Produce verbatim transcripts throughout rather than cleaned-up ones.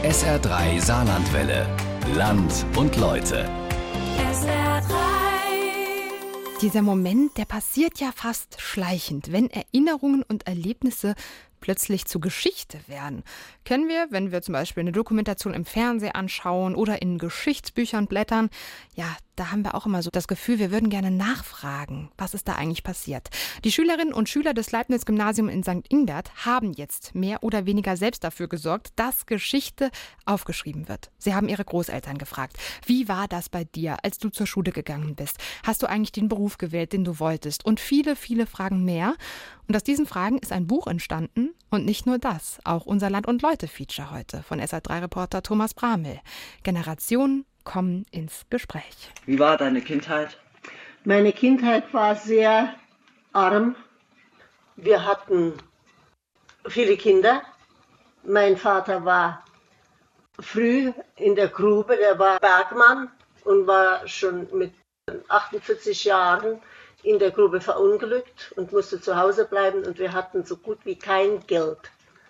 S R drei Saarlandwelle. Land und Leute. S R drei. Dieser Moment, der passiert ja fast schleichend, wenn Erinnerungen und Erlebnisse plötzlich zur Geschichte werden. Kennen wir, wenn wir zum Beispiel eine Dokumentation im Fernsehen anschauen oder in Geschichtsbüchern blättern. Ja, da haben wir auch immer so das Gefühl, wir würden gerne nachfragen, was ist da eigentlich passiert. Die Schülerinnen und Schüler des Leibniz-Gymnasiums in Sankt Ingbert haben jetzt mehr oder weniger selbst dafür gesorgt, dass Geschichte aufgeschrieben wird. Sie haben ihre Großeltern gefragt, wie war das bei dir, als du zur Schule gegangen bist? Hast du eigentlich den Beruf gewählt, den du wolltest? Und viele, viele Fragen mehr. Und aus diesen Fragen ist ein Buch entstanden. Und nicht nur das, auch unser Land- und Leute-Feature heute von S R drei Reporter Thomas Bramel. Generationen kommen ins Gespräch. Wie war deine Kindheit? Meine Kindheit war sehr arm. Wir hatten viele Kinder. Mein Vater war früh in der Grube, der war Bergmann und war schon mit achtundvierzig Jahren in der Grube verunglückt und musste zu Hause bleiben und wir hatten so gut wie kein Geld.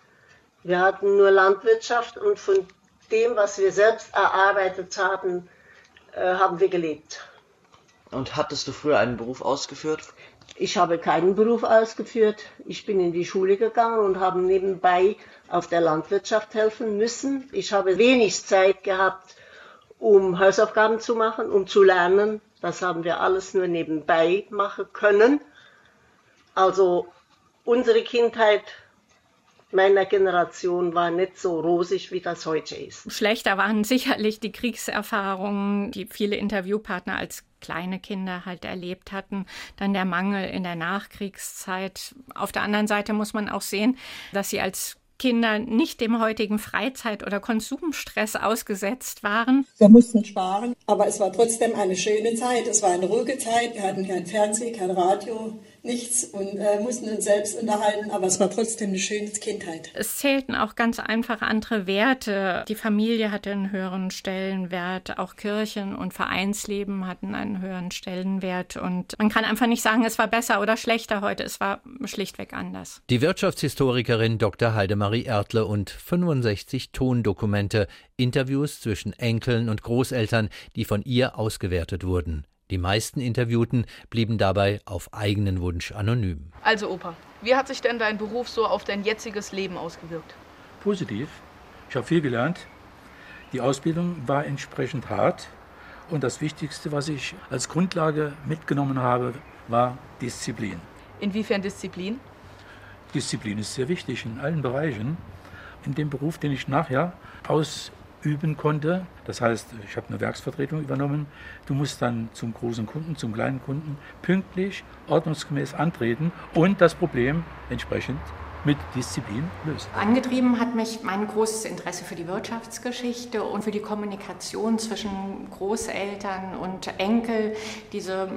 Wir hatten nur Landwirtschaft und von dem, was wir selbst erarbeitet haben, äh, haben wir gelebt. Und hattest du früher einen Beruf ausgeführt? Ich habe keinen Beruf ausgeführt. Ich bin in die Schule gegangen und habe nebenbei auf der Landwirtschaft helfen müssen. Ich habe wenig Zeit gehabt, um Hausaufgaben zu machen, um zu lernen. Das haben wir alles nur nebenbei machen können. Also unsere Kindheit meiner Generation war nicht so rosig, wie das heute ist. Schlechter waren sicherlich die Kriegserfahrungen, die viele Interviewpartner als kleine Kinder halt erlebt hatten. Dann der Mangel in der Nachkriegszeit. Auf der anderen Seite muss man auch sehen, dass sie als Kinder nicht dem heutigen Freizeit- oder Konsumstress ausgesetzt waren. Wir mussten sparen, aber es war trotzdem eine schöne Zeit. Es war eine ruhige Zeit. Wir hatten kein Fernsehen, kein Radio, nichts und äh, mussten uns selbst unterhalten, aber es war trotzdem eine schöne Kindheit. Es zählten auch ganz einfach andere Werte. Die Familie hatte einen höheren Stellenwert, auch Kirchen- und Vereinsleben hatten einen höheren Stellenwert und man kann einfach nicht sagen, es war besser oder schlechter heute, es war schlichtweg anders. Die Wirtschaftshistorikerin Doktor Heidemarie Ertle und fünfundsechzig Tondokumente, Interviews zwischen Enkeln und Großeltern, die von ihr ausgewertet wurden. Die meisten Interviewten blieben dabei auf eigenen Wunsch anonym. Also Opa, wie hat sich denn dein Beruf so auf dein jetziges Leben ausgewirkt? Positiv. Ich habe viel gelernt. Die Ausbildung war entsprechend hart. Und das Wichtigste, was ich als Grundlage mitgenommen habe, war Disziplin. Inwiefern Disziplin? Disziplin ist sehr wichtig in allen Bereichen. In dem Beruf, den ich nachher ausüben konnte, das heißt, ich habe eine Werksvertretung übernommen, du musst dann zum großen Kunden, zum kleinen Kunden pünktlich, ordnungsgemäß antreten und das Problem entsprechend mit Disziplin lösen. Angetrieben hat mich mein großes Interesse für die Wirtschaftsgeschichte und für die Kommunikation zwischen Großeltern und Enkel, diese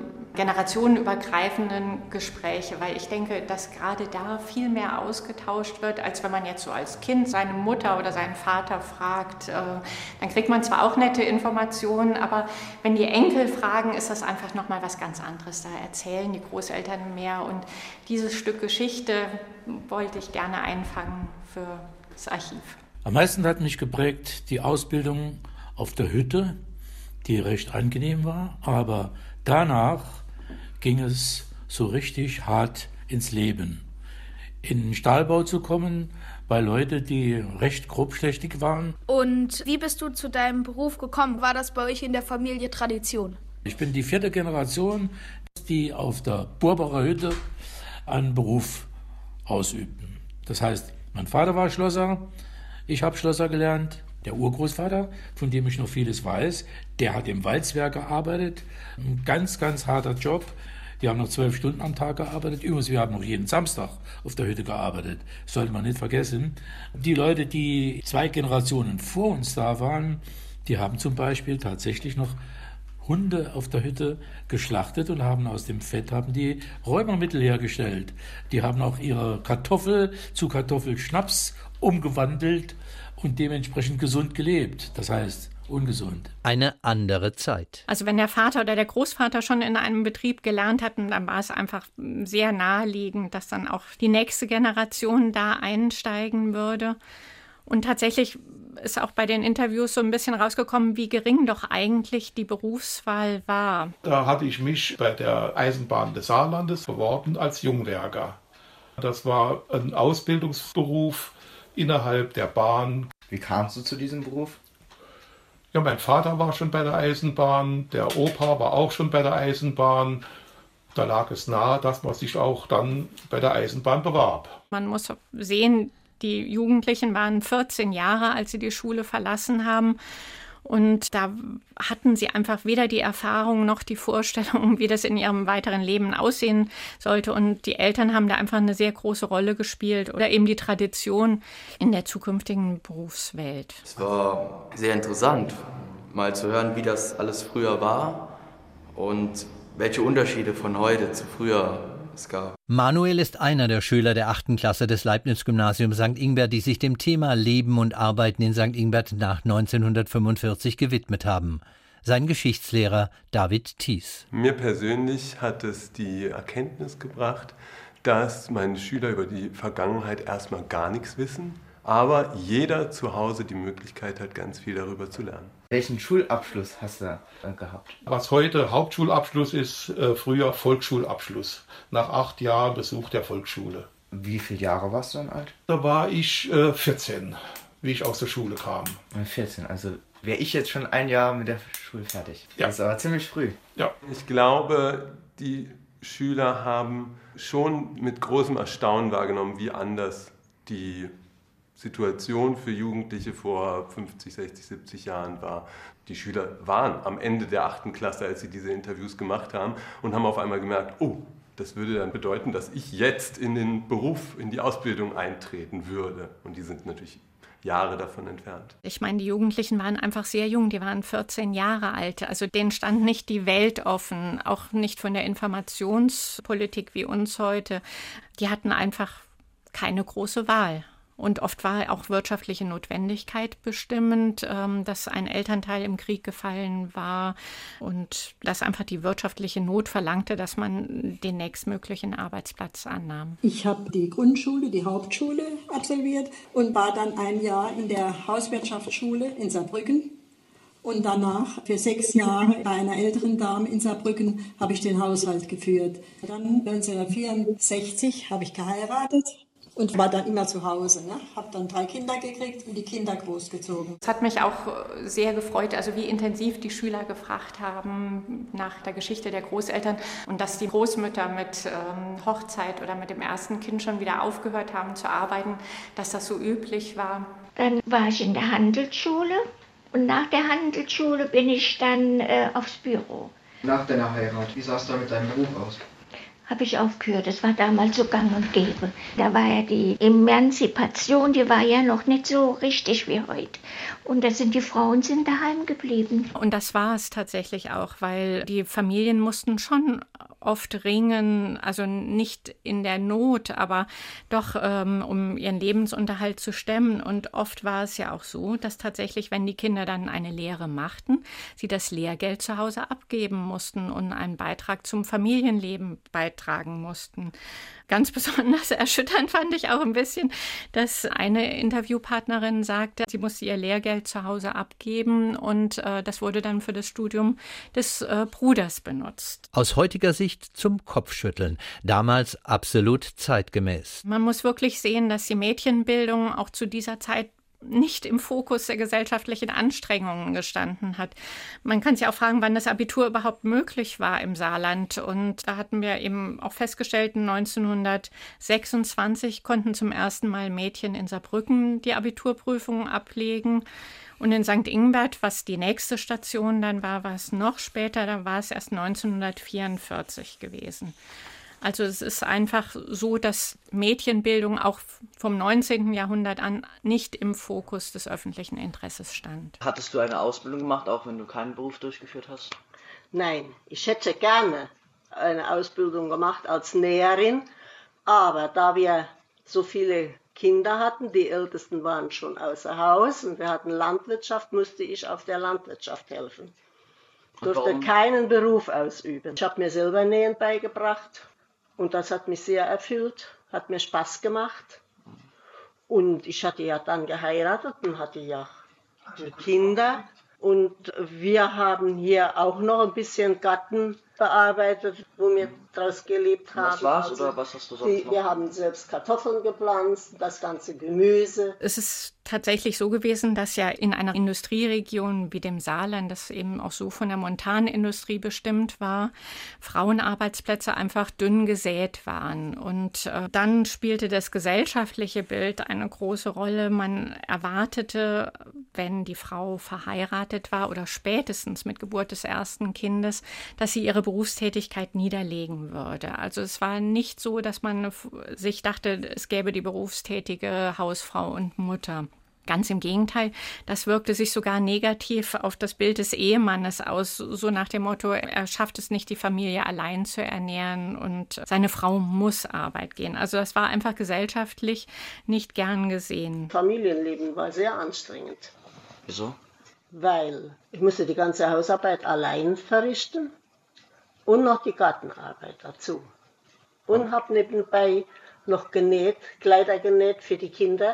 generationenübergreifenden Gespräche, weil ich denke, dass gerade da viel mehr ausgetauscht wird, als wenn man jetzt so als Kind seine Mutter oder seinen Vater fragt. Dann kriegt man zwar auch nette Informationen, aber wenn die Enkel fragen, ist das einfach nochmal was ganz anderes. Da erzählen die Großeltern mehr und dieses Stück Geschichte wollte ich gerne einfangen für das Archiv. Am meisten hat mich geprägt die Ausbildung auf der Hütte, die recht angenehm war, aber danach ging es so richtig hart ins Leben. In den Stahlbau zu kommen, bei Leuten, die recht grobschlächtig waren. Und wie bist du zu deinem Beruf gekommen? War das bei euch in der Familie Tradition? Ich bin die vierte Generation, die auf der Burbacher Hütte einen Beruf ausübten. Das heißt, mein Vater war Schlosser, ich habe Schlosser gelernt, der Urgroßvater, von dem ich noch vieles weiß, der hat im Walzwerk gearbeitet, ein ganz, ganz harter Job. Die haben noch zwölf Stunden am Tag gearbeitet. Übrigens, wir haben noch jeden Samstag auf der Hütte gearbeitet. Das sollte man nicht vergessen. Die Leute, die zwei Generationen vor uns da waren, die haben zum Beispiel tatsächlich noch Hunde auf der Hütte geschlachtet und haben aus dem Fett haben die Rheumamittel hergestellt. Die haben auch ihre Kartoffel zu Kartoffelschnaps umgewandelt und dementsprechend gesund gelebt. Das heißt, ungesund. Eine andere Zeit. Also wenn der Vater oder der Großvater schon in einem Betrieb gelernt hatten, dann war es einfach sehr naheliegend, dass dann auch die nächste Generation da einsteigen würde. Und tatsächlich ist auch bei den Interviews so ein bisschen rausgekommen, wie gering doch eigentlich die Berufswahl war. Da hatte ich mich bei der Eisenbahn des Saarlandes beworben als Jungwerker. Das war ein Ausbildungsberuf innerhalb der Bahn. Wie kamst du zu diesem Beruf? Ja, mein Vater war schon bei der Eisenbahn, der Opa war auch schon bei der Eisenbahn. Da lag es nahe, dass man sich auch dann bei der Eisenbahn bewarb. Man muss sehen, die Jugendlichen waren vierzehn Jahre, als sie die Schule verlassen haben. Und da hatten sie einfach weder die Erfahrung noch die Vorstellung, wie das in ihrem weiteren Leben aussehen sollte. Und die Eltern haben da einfach eine sehr große Rolle gespielt oder eben die Tradition in der zukünftigen Berufswelt. Es war sehr interessant, mal zu hören, wie das alles früher war und welche Unterschiede von heute zu früher es gab. Manuel ist einer der Schüler der achten Klasse des Leibniz-Gymnasiums Sankt Ingbert, die sich dem Thema Leben und Arbeiten in Sankt Ingbert nach neunzehnhundertfünfundvierzig gewidmet haben. Sein Geschichtslehrer David Thies. Mir persönlich hat es die Erkenntnis gebracht, dass meine Schüler über die Vergangenheit erstmal gar nichts wissen, aber jeder zu Hause die Möglichkeit hat, ganz viel darüber zu lernen. Welchen Schulabschluss hast du dann gehabt? Was heute Hauptschulabschluss ist, äh, früher Volksschulabschluss. Nach acht Jahren Besuch der Volksschule. Wie viele Jahre warst du dann alt? Da war ich äh, vierzehn, wie ich aus der Schule kam. vierzehn, also wäre ich jetzt schon ein Jahr mit der Schule fertig. Ja. Das ist aber ziemlich früh. Ja. Ich glaube, die Schüler haben schon mit großem Erstaunen wahrgenommen, wie anders die Situation für Jugendliche vor fünfzig, sechzig, siebzig Jahren war. Die Schüler waren am Ende der achten Klasse, als sie diese Interviews gemacht haben und haben auf einmal gemerkt, oh, das würde dann bedeuten, dass ich jetzt in den Beruf, in die Ausbildung eintreten würde. Und die sind natürlich Jahre davon entfernt. Ich meine, die Jugendlichen waren einfach sehr jung, die waren vierzehn Jahre alt. Also denen stand nicht die Welt offen, auch nicht von der Informationspolitik wie uns heute. Die hatten einfach keine große Wahl. Und oft war auch wirtschaftliche Notwendigkeit bestimmend, dass ein Elternteil im Krieg gefallen war und dass einfach die wirtschaftliche Not verlangte, dass man den nächstmöglichen Arbeitsplatz annahm. Ich habe die Grundschule, die Hauptschule absolviert und war dann ein Jahr in der Hauswirtschaftsschule in Saarbrücken. Und danach für sechs Jahre bei einer älteren Dame in Saarbrücken habe ich den Haushalt geführt. Dann neunzehnhundertvierundsechzig habe ich geheiratet. Und war dann immer zu Hause, ne? Habe dann drei Kinder gekriegt und die Kinder großgezogen. Es hat mich auch sehr gefreut, also wie intensiv die Schüler gefragt haben nach der Geschichte der Großeltern und dass die Großmütter mit ähm, Hochzeit oder mit dem ersten Kind schon wieder aufgehört haben zu arbeiten, dass das so üblich war. Dann war ich in der Handelsschule und nach der Handelsschule bin ich dann äh, aufs Büro. Nach deiner Heirat, wie sah es da mit deinem Beruf aus? Habe ich aufgehört. Das war damals so gang und gäbe. Da war ja die Emanzipation, die war ja noch nicht so richtig wie heute. Und da sind die Frauen sind daheim geblieben. Und das war es tatsächlich auch, weil die Familien mussten schon oft ringen, also nicht in der Not, aber doch ähm, um ihren Lebensunterhalt zu stemmen. Und oft war es ja auch so, dass tatsächlich, wenn die Kinder dann eine Lehre machten, sie das Lehrgeld zu Hause abgeben mussten und einen Beitrag zum Familienleben beitragen mussten. Ganz besonders erschütternd fand ich auch ein bisschen, dass eine Interviewpartnerin sagte, sie musste ihr Lehrgeld zu Hause abgeben und äh, das wurde dann für das Studium des äh, Bruders benutzt. Aus heutiger Sicht zum Kopfschütteln, damals absolut zeitgemäß. Man muss wirklich sehen, dass die Mädchenbildung auch zu dieser Zeit nicht im Fokus der gesellschaftlichen Anstrengungen gestanden hat. Man kann sich auch fragen, wann das Abitur überhaupt möglich war im Saarland. Und da hatten wir eben auch festgestellt, neunzehnhundertsechsundzwanzig konnten zum ersten Mal Mädchen in Saarbrücken die Abiturprüfungen ablegen. Und in Sankt Ingbert, was die nächste Station dann war, war es noch später, da war es erst neunzehnhundertvierundvierzig gewesen. Also es ist einfach so, dass Mädchenbildung auch vom neunzehnten Jahrhundert an nicht im Fokus des öffentlichen Interesses stand. Hattest du eine Ausbildung gemacht, auch wenn du keinen Beruf durchgeführt hast? Nein, ich hätte gerne eine Ausbildung gemacht als Näherin, aber da wir so viele Kinder hatten, die Ältesten waren schon außer Haus und wir hatten Landwirtschaft, musste ich auf der Landwirtschaft helfen. Ich durfte keinen Beruf ausüben. Ich habe mir selber Nähen beigebracht. Und das hat mich sehr erfüllt, hat mir Spaß gemacht. Und ich hatte ja dann geheiratet und hatte ja Kinder. Und wir haben hier auch noch ein bisschen Garten bearbeitet, wo wir draus gelebt haben. Was war's also, oder was hast du sonst die, noch? Wir haben selbst Kartoffeln gepflanzt, das ganze Gemüse. Es ist tatsächlich so gewesen, dass ja in einer Industrieregion wie dem Saarland, das eben auch so von der Montanindustrie bestimmt war, Frauenarbeitsplätze einfach dünn gesät waren. Und äh, dann spielte das gesellschaftliche Bild eine große Rolle. Man erwartete, wenn die Frau verheiratet war oder spätestens mit Geburt des ersten Kindes, dass sie ihre Berufstätigkeit niederlegen würde. Also es war nicht so, dass man sich dachte, es gäbe die berufstätige Hausfrau und Mutter. Ganz im Gegenteil, das wirkte sich sogar negativ auf das Bild des Ehemannes aus, so nach dem Motto, er schafft es nicht, die Familie allein zu ernähren und seine Frau muss Arbeit gehen. Also das war einfach gesellschaftlich nicht gern gesehen. Familienleben war sehr anstrengend. Wieso? Weil ich musste die ganze Hausarbeit allein verrichten und noch die Gartenarbeit dazu. Und habe nebenbei noch genäht, Kleider genäht für die Kinder.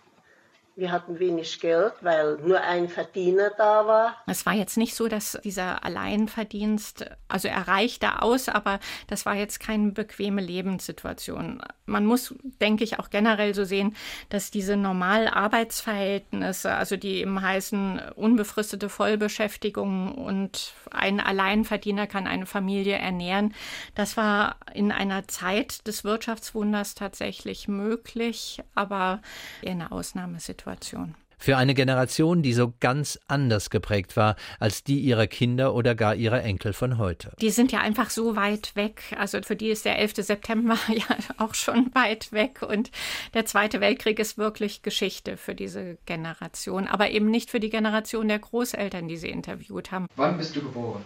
Wir hatten wenig Geld, weil nur ein Verdiener da war. Es war jetzt nicht so, dass dieser Alleinverdienst, also er reichte aus, aber das war jetzt keine bequeme Lebenssituation. Man muss, denke ich, auch generell so sehen, dass diese normalen Arbeitsverhältnisse, also die eben heißen unbefristete Vollbeschäftigung und ein Alleinverdiener kann eine Familie ernähren, das war in einer Zeit des Wirtschaftswunders tatsächlich möglich, aber in einer Ausnahmesituation. Für eine Generation, die so ganz anders geprägt war als die ihrer Kinder oder gar ihrer Enkel von heute. Die sind ja einfach so weit weg. Also für die ist der elfte September ja auch schon weit weg. Und der Zweite Weltkrieg ist wirklich Geschichte für diese Generation. Aber eben nicht für die Generation der Großeltern, die sie interviewt haben. Wann bist du geboren?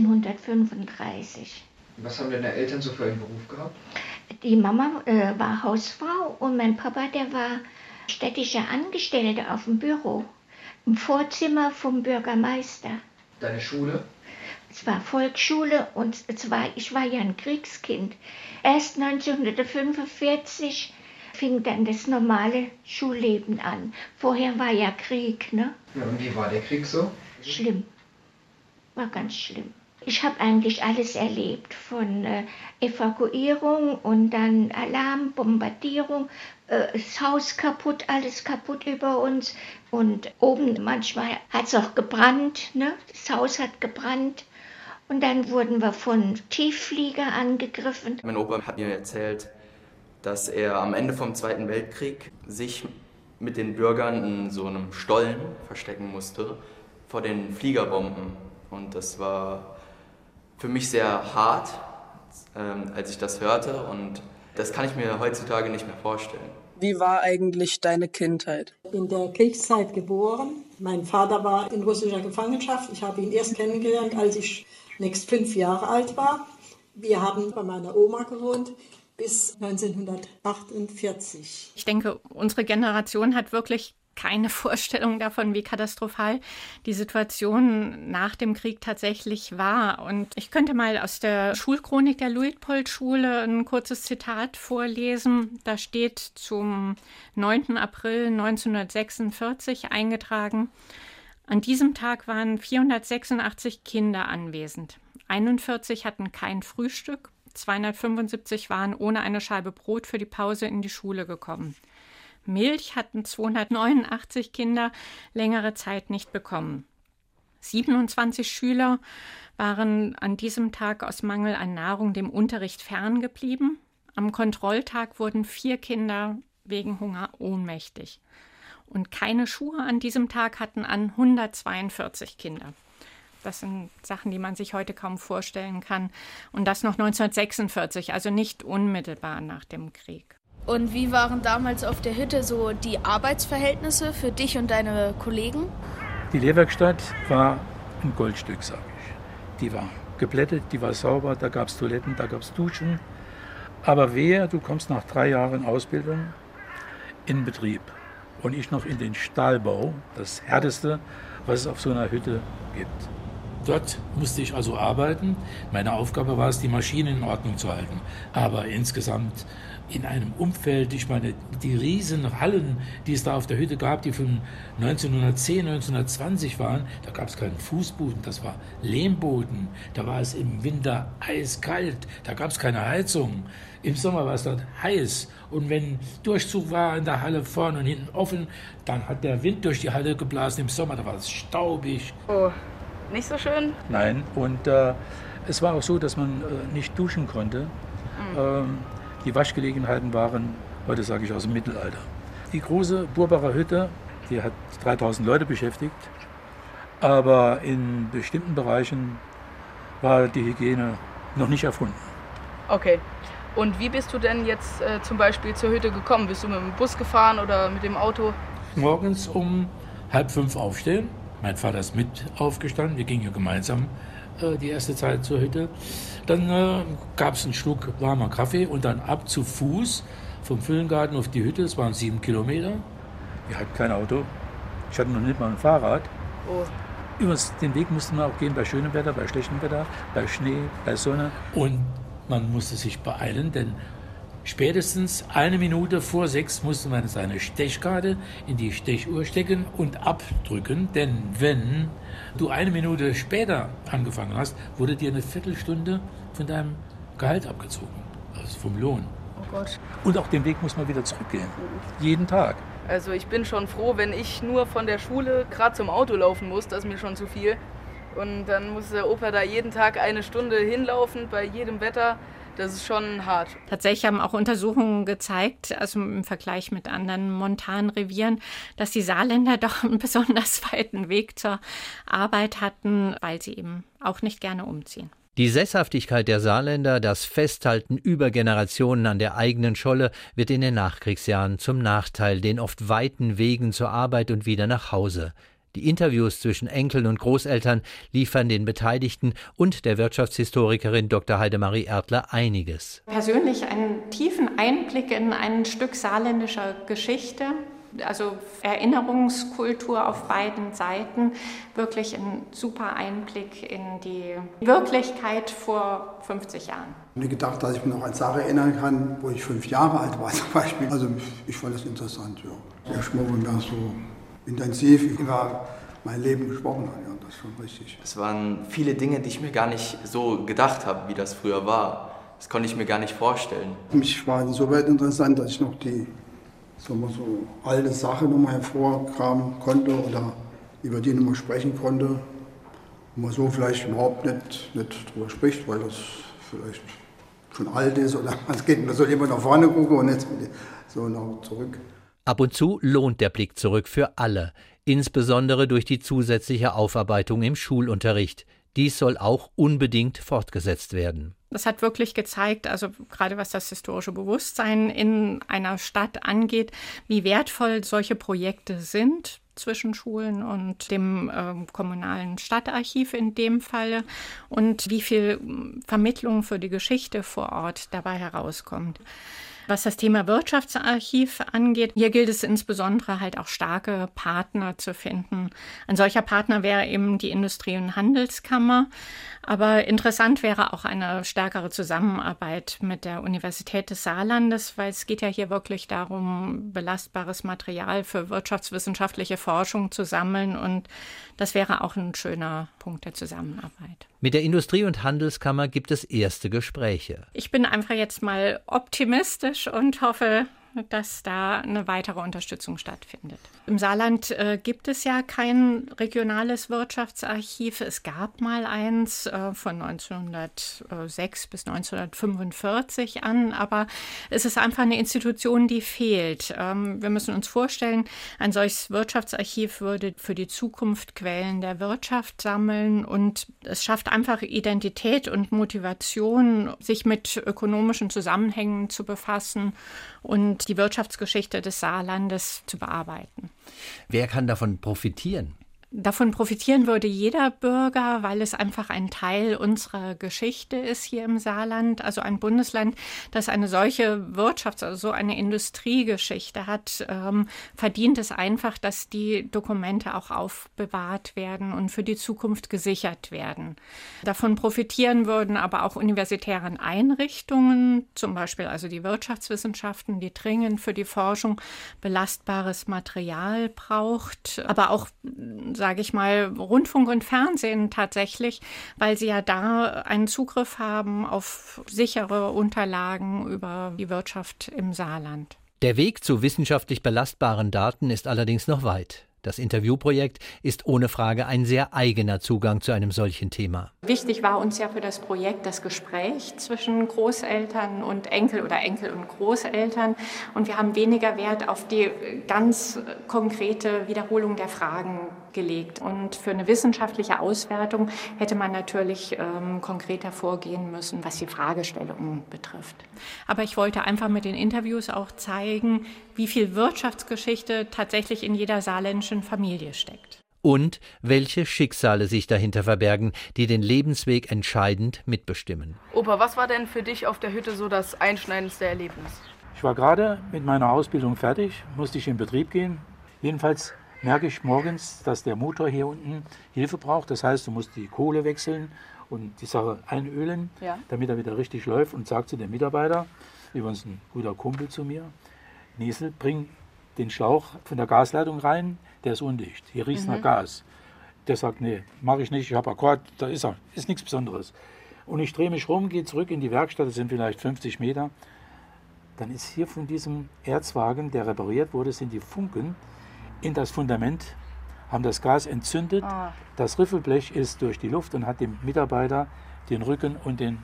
neunzehnhundertfünfunddreißig. Was haben deine Eltern so für einen Beruf gehabt? Die Mama äh, war Hausfrau und mein Papa, der war städtischer Angestellter auf dem Büro, im Vorzimmer vom Bürgermeister. Deine Schule? Es war Volksschule und es war, ich war ja ein Kriegskind. Erst neunzehnhundertfünfundvierzig fing dann das normale Schulleben an. Vorher war ja Krieg, ne? Ja, und wie war der Krieg so? Schlimm. War ganz schlimm. Ich habe eigentlich alles erlebt, von äh, Evakuierung und dann Alarm, Bombardierung, äh, das Haus kaputt, alles kaputt über uns. Und oben manchmal hat es auch gebrannt, ne? Das Haus hat gebrannt. Und dann wurden wir von Tiefflieger angegriffen. Mein Opa hat mir erzählt, dass er am Ende vom Zweiten Weltkrieg sich mit den Bürgern in so einem Stollen verstecken musste vor den Fliegerbomben. Und das war für mich sehr hart, ähm, als ich das hörte, und das kann ich mir heutzutage nicht mehr vorstellen. Wie war eigentlich deine Kindheit? In der Kriegszeit geboren. Mein Vater war in russischer Gefangenschaft. Ich habe ihn erst kennengelernt, als ich nächst fünf Jahre alt war. Wir haben bei meiner Oma gewohnt bis neunzehnhundertachtundvierzig. Ich denke, unsere Generation hat wirklich keine Vorstellung davon, wie katastrophal die Situation nach dem Krieg tatsächlich war. Und ich könnte mal aus der Schulchronik der Luitpold-Schule ein kurzes Zitat vorlesen. Da steht zum neunten April neunzehnhundertsechsundvierzig eingetragen: An diesem Tag waren vierhundertsechsundachtzig Kinder anwesend. einundvierzig hatten kein Frühstück, zweihundertfünfundsiebzig waren ohne eine Scheibe Brot für die Pause in die Schule gekommen. Milch hatten zweihundertneunundachtzig Kinder längere Zeit nicht bekommen. siebenundzwanzig Schüler waren an diesem Tag aus Mangel an Nahrung dem Unterricht ferngeblieben. Am Kontrolltag wurden vier Kinder wegen Hunger ohnmächtig. Und keine Schuhe an diesem Tag hatten an hundertzweiundvierzig Kinder. Das sind Sachen, die man sich heute kaum vorstellen kann. Und das noch neunzehnhundertsechsundvierzig, also nicht unmittelbar nach dem Krieg. Und wie waren damals auf der Hütte so die Arbeitsverhältnisse für dich und deine Kollegen? Die Lehrwerkstatt war ein Goldstück, sage ich. Die war geblättet, die war sauber, da gab es Toiletten, da gab es Duschen. Aber wehe, du kommst nach drei Jahren Ausbildung in Betrieb und ich noch in den Stahlbau, das Härteste, was es auf so einer Hütte gibt. Dort musste ich also arbeiten. Meine Aufgabe war es, die Maschinen in Ordnung zu halten. Aber insgesamt in einem Umfeld, ich meine, die riesen Hallen, die es da auf der Hütte gab, die von neunzehnhundertzehn, neunzehnhundertzwanzig waren, da gab es keinen Fußboden, das war Lehmboden. Da war es im Winter eiskalt, da gab es keine Heizung. Im Sommer war es dort heiß. Und wenn Durchzug war in der Halle vorne und hinten offen, dann hat der Wind durch die Halle geblasen. Im Sommer, da war es staubig. Oh, nicht so schön? Nein, und äh, es war auch so, dass man äh, nicht duschen konnte. Mhm. Ähm, die Waschgelegenheiten waren, heute sage ich, aus dem Mittelalter. Die große Burbacher Hütte, die hat dreitausend Leute beschäftigt. Aber in bestimmten Bereichen war die Hygiene noch nicht erfunden. Okay. Und wie bist du denn jetzt äh, zum Beispiel zur Hütte gekommen? Bist du mit dem Bus gefahren oder mit dem Auto? Morgens um halb fünf aufstehen. Mein Vater ist mit aufgestanden. Wir gingen ja gemeinsam äh, die erste Zeit zur Hütte. Dann äh, gab es einen Schluck warmer Kaffee und dann ab zu Fuß vom Füllengarten auf die Hütte. Es waren sieben Kilometer. Wir hatten kein Auto. Ich hatte noch nicht mal ein Fahrrad. Oh. Übrigens, den Weg musste man auch gehen bei schönem Wetter, bei schlechtem Wetter, bei Schnee, bei Sonne. Und man musste sich beeilen, denn spätestens eine Minute vor sechs musste man seine Stechkarte in die Stechuhr stecken und abdrücken. Denn wenn du eine Minute später angefangen hast, wurde dir eine Viertelstunde von deinem Gehalt abgezogen, also vom Lohn. Oh Gott. Und auch den Weg muss man wieder zurückgehen, jeden Tag. Also ich bin schon froh, wenn ich nur von der Schule gerade zum Auto laufen muss, das ist mir schon zu viel. Und dann muss der Opa da jeden Tag eine Stunde hinlaufen, bei jedem Wetter. Das ist schon hart. Tatsächlich haben auch Untersuchungen gezeigt, also im Vergleich mit anderen montanen Revieren, dass die Saarländer doch einen besonders weiten Weg zur Arbeit hatten, weil sie eben auch nicht gerne umziehen. Die Sesshaftigkeit der Saarländer, das Festhalten über Generationen an der eigenen Scholle, wird in den Nachkriegsjahren zum Nachteil, den oft weiten Wegen zur Arbeit und wieder nach Hause. Die Interviews zwischen Enkeln und Großeltern liefern den Beteiligten und der Wirtschaftshistorikerin Doktor Heidemarie Ertler einiges. Persönlich einen tiefen Einblick in ein Stück saarländischer Geschichte, also Erinnerungskultur auf beiden Seiten, wirklich ein super Einblick in die Wirklichkeit vor fünfzig Jahren. Ich habe gedacht, dass ich mich noch an Sachen erinnern kann, wo ich fünf Jahre alt war zum Beispiel. Also ich fand das interessant, ja. Erstmal, wenn man so intensiv über mein Leben gesprochen hat, ja, das ist schon richtig. Es waren viele Dinge, die ich mir gar nicht so gedacht habe, wie das früher war. Das konnte ich mir gar nicht vorstellen. Mich war insoweit interessant, dass ich noch die sagen wir so, alte Sachen nochmal hervorkramen konnte oder über die nochmal sprechen konnte. Und man so vielleicht überhaupt nicht, nicht drüber spricht, weil das vielleicht schon alt ist oder es geht, man soll immer nach vorne gucken und nicht so nach zurück. Ab und zu lohnt der Blick zurück für alle, insbesondere durch die zusätzliche Aufarbeitung im Schulunterricht. Dies soll auch unbedingt fortgesetzt werden. Das hat wirklich gezeigt, also gerade was das historische Bewusstsein in einer Stadt angeht, wie wertvoll solche Projekte sind zwischen Schulen und dem äh, kommunalen Stadtarchiv in dem Falle und wie viel Vermittlung für die Geschichte vor Ort dabei herauskommt. Was das Thema Wirtschaftsarchiv angeht, hier gilt es insbesondere halt auch starke Partner zu finden. Ein solcher Partner wäre eben die Industrie- und Handelskammer. Aber interessant wäre auch eine stärkere Zusammenarbeit mit der Universität des Saarlandes, weil es geht ja hier wirklich darum, belastbares Material für wirtschaftswissenschaftliche Forschung zu sammeln. Und das wäre auch ein schöner Punkt der Zusammenarbeit. Mit der Industrie- und Handelskammer gibt es erste Gespräche. Ich bin einfach jetzt mal optimistisch und hoffe, dass da eine weitere Unterstützung stattfindet. Im Saarland äh, gibt es ja kein regionales Wirtschaftsarchiv. Es gab mal eins äh, von neunzehnhundertsechs bis neunzehnhundertfünfundvierzig an, aber es ist einfach eine Institution, die fehlt. Ähm, wir müssen uns vorstellen, ein solches Wirtschaftsarchiv würde für die Zukunft Quellen der Wirtschaft sammeln und es schafft einfach Identität und Motivation, sich mit ökonomischen Zusammenhängen zu befassen und die Wirtschaftsgeschichte des Saarlandes zu bearbeiten. Wer kann davon profitieren? Davon profitieren würde jeder Bürger, weil es einfach ein Teil unserer Geschichte ist hier im Saarland. Also ein Bundesland, das eine solche Wirtschafts-, also so eine Industriegeschichte hat, ähm, verdient es einfach, dass die Dokumente auch aufbewahrt werden und für die Zukunft gesichert werden. Davon profitieren würden aber auch universitären Einrichtungen, zum Beispiel also die Wirtschaftswissenschaften, die dringend für die Forschung belastbares Material braucht, aber auch, sage ich mal, Rundfunk und Fernsehen tatsächlich, weil sie ja da einen Zugriff haben auf sichere Unterlagen über die Wirtschaft im Saarland. Der Weg zu wissenschaftlich belastbaren Daten ist allerdings noch weit. Das Interviewprojekt ist ohne Frage ein sehr eigener Zugang zu einem solchen Thema. Wichtig war uns ja für das Projekt das Gespräch zwischen Großeltern und Enkel oder Enkel und Großeltern. Und wir haben weniger Wert auf die ganz konkrete Wiederholung der Fragen gelegt. Und für eine wissenschaftliche Auswertung hätte man natürlich ähm, konkreter vorgehen müssen, was die Fragestellungen betrifft. Aber ich wollte einfach mit den Interviews auch zeigen, wie viel Wirtschaftsgeschichte tatsächlich in jeder saarländischen Familie steckt. Und welche Schicksale sich dahinter verbergen, die den Lebensweg entscheidend mitbestimmen. Opa, was war denn für dich auf der Hütte so das einschneidendste Erlebnis? Ich war gerade mit meiner Ausbildung fertig, musste ich in Betrieb gehen. Jedenfalls merke ich morgens, dass der Motor hier unten Hilfe braucht. Das heißt, du musst die Kohle wechseln und die Sache einölen, ja, damit er wieder richtig läuft. Und sagt zu dem Mitarbeiter, übrigens ein guter Kumpel zu mir, Niesel, bring den Schlauch von der Gasleitung rein, der ist undicht. Hier riecht es mhm. nach Gas. Der sagt, nee, mache ich nicht, ich habe Akkord, da ist er, ist nichts Besonderes. Und ich drehe mich rum, gehe zurück in die Werkstatt, das sind vielleicht fünfzig Meter. Dann ist hier von diesem Erzwagen, der repariert wurde, sind die Funken in das Fundament, haben das Gas entzündet. Ah. Das Riffelblech ist durch die Luft und hat dem Mitarbeiter den Rücken und den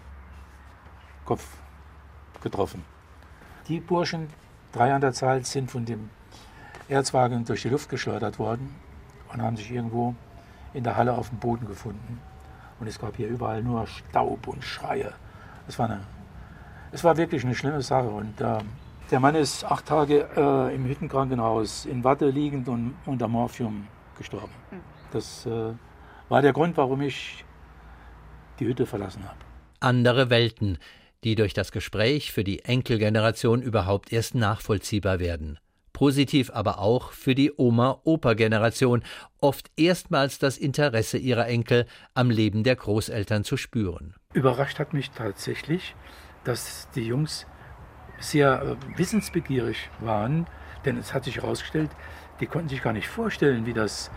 Kopf getroffen. Die Burschen, drei an der Zahl, sind von dem Erzwagen durch die Luft geschleudert worden und haben sich irgendwo in der Halle auf dem Boden gefunden. Und es gab hier überall nur Staub und Schreie. Es war, eine, es war wirklich eine schlimme Sache. Und äh, der Mann ist acht Tage äh, im Hüttenkrankenhaus in Watte liegend und unter Morphium gestorben. Das äh, war der Grund, warum ich die Hütte verlassen habe. Andere Welten, die durch das Gespräch für die Enkelgeneration überhaupt erst nachvollziehbar werden. Positiv aber auch für die Oma-Opa-Generation, oft erstmals das Interesse ihrer Enkel am Leben der Großeltern zu spüren. Überrascht hat mich tatsächlich, dass die Jungs sehr äh, wissensbegierig waren, denn es hat sich herausgestellt, die konnten sich gar nicht vorstellen, wie das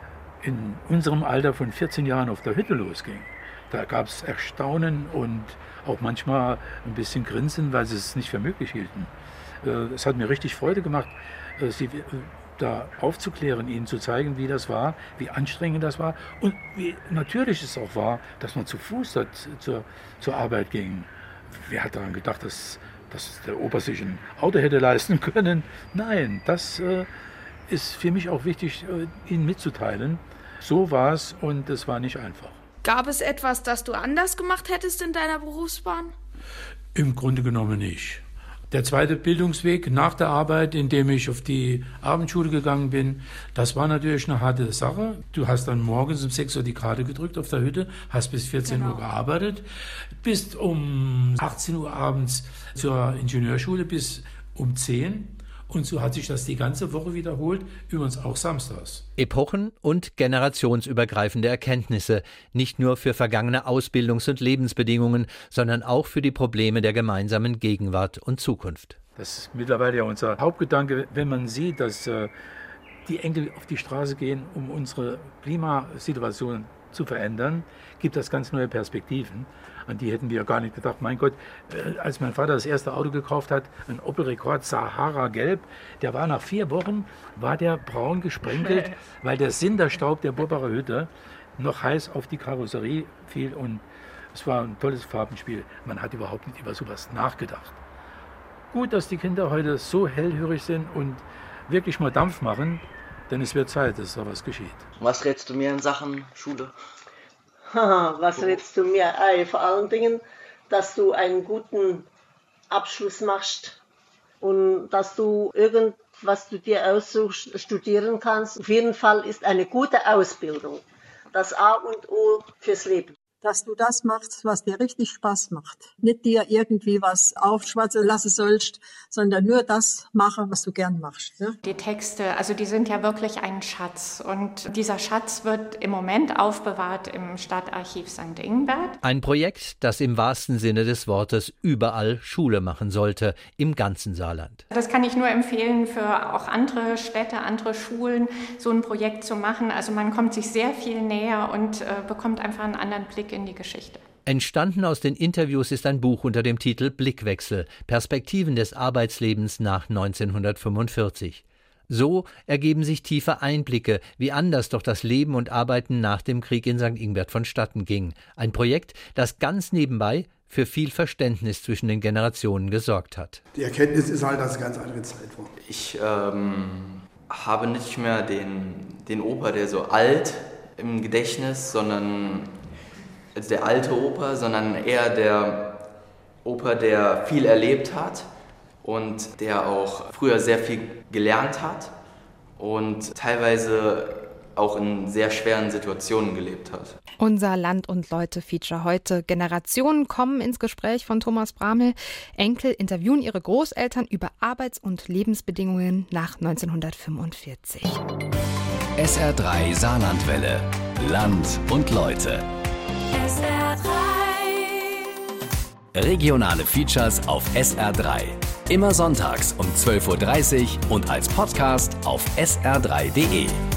in unserem Alter von vierzehn Jahren auf der Hütte losging. Da gab es Erstaunen und auch manchmal ein bisschen Grinsen, weil sie es nicht für möglich hielten. Äh, es hat mir richtig Freude gemacht, äh, sie äh, da aufzuklären, ihnen zu zeigen, wie das war, wie anstrengend das war und wie natürlich es auch war, dass man zu Fuß dort zur, zur Arbeit ging. Wer hat daran gedacht, dass dass der Opa sich ein Auto hätte leisten können. Nein, das äh, ist für mich auch wichtig, äh, Ihnen mitzuteilen. So war es und es war nicht einfach. Gab es etwas, das du anders gemacht hättest in deiner Berufsbahn? Im Grunde genommen nicht. Der zweite Bildungsweg nach der Arbeit, in dem ich auf die Abendschule gegangen bin, das war natürlich eine harte Sache. Du hast dann morgens um sechs Uhr die Karte gedrückt auf der Hütte, hast bis vierzehn genau. Uhr gearbeitet, bist um achtzehn Uhr abends zur Ingenieurschule bis um zehn. Und so hat sich das die ganze Woche wiederholt, übrigens auch samstags. Epochen- und generationsübergreifende Erkenntnisse, nicht nur für vergangene Ausbildungs- und Lebensbedingungen, sondern auch für die Probleme der gemeinsamen Gegenwart und Zukunft. Das ist mittlerweile ja unser Hauptgedanke, wenn man sieht, dass äh, die Enkel auf die Straße gehen, um unsere Klimasituation zu verändern, gibt das ganz neue Perspektiven. An die hätten wir gar nicht gedacht. Mein Gott, als mein Vater das erste Auto gekauft hat, ein Opel Rekord Sahara Gelb, der war nach vier Wochen, war der braun gesprenkelt, weil der Sinterstaub der Burbacher Hütte noch heiß auf die Karosserie fiel. Und es war ein tolles Farbenspiel. Man hat überhaupt nicht über sowas nachgedacht. Gut, dass die Kinder heute so hellhörig sind und wirklich mal Dampf machen, denn es wird Zeit, dass da was geschieht. Was rätst du mir in Sachen Schule? Was rätst du mir? Äh, vor allen Dingen, dass du einen guten Abschluss machst und dass du irgend was du dir aussuchst, studieren kannst. Auf jeden Fall ist eine gute Ausbildung das A und O fürs Leben. Dass du das machst, was dir richtig Spaß macht. Nicht dir irgendwie was aufschwatzen lassen sollst, sondern nur das machen, was du gern machst. Ne? Die Texte, also die sind ja wirklich ein Schatz. Und dieser Schatz wird im Moment aufbewahrt im Stadtarchiv Sankt Ingbert. Ein Projekt, das im wahrsten Sinne des Wortes überall Schule machen sollte, im ganzen Saarland. Das kann ich nur empfehlen für auch andere Städte, andere Schulen, so ein Projekt zu machen. Also man kommt sich sehr viel näher und äh, bekommt einfach einen anderen Blick in die Geschichte. Entstanden aus den Interviews ist ein Buch unter dem Titel Blickwechsel – Perspektiven des Arbeitslebens nach neunzehnhundertfünfundvierzig. So ergeben sich tiefe Einblicke, wie anders doch das Leben und Arbeiten nach dem Krieg in Sankt Ingbert vonstatten ging. Ein Projekt, das ganz nebenbei für viel Verständnis zwischen den Generationen gesorgt hat. Die Erkenntnis ist halt, dass es eine ganz andere Zeit war. Ich ähm, habe nicht mehr den, den Opa, der so alt im Gedächtnis, sondern also der alte Opa, sondern eher der Opa, der viel erlebt hat und der auch früher sehr viel gelernt hat und teilweise auch in sehr schweren Situationen gelebt hat. Unser Land- und Leute-Feature heute. Generationen kommen ins Gespräch von Thomas Bramel. Enkel interviewen ihre Großeltern über Arbeits- und Lebensbedingungen nach neunzehnhundertfünfundvierzig. S R drei Saarlandwelle. Land und Leute. S R drei. Regionale Features auf S R drei. Immer sonntags um zwölf Uhr dreißig und als Podcast auf S R drei punkt de.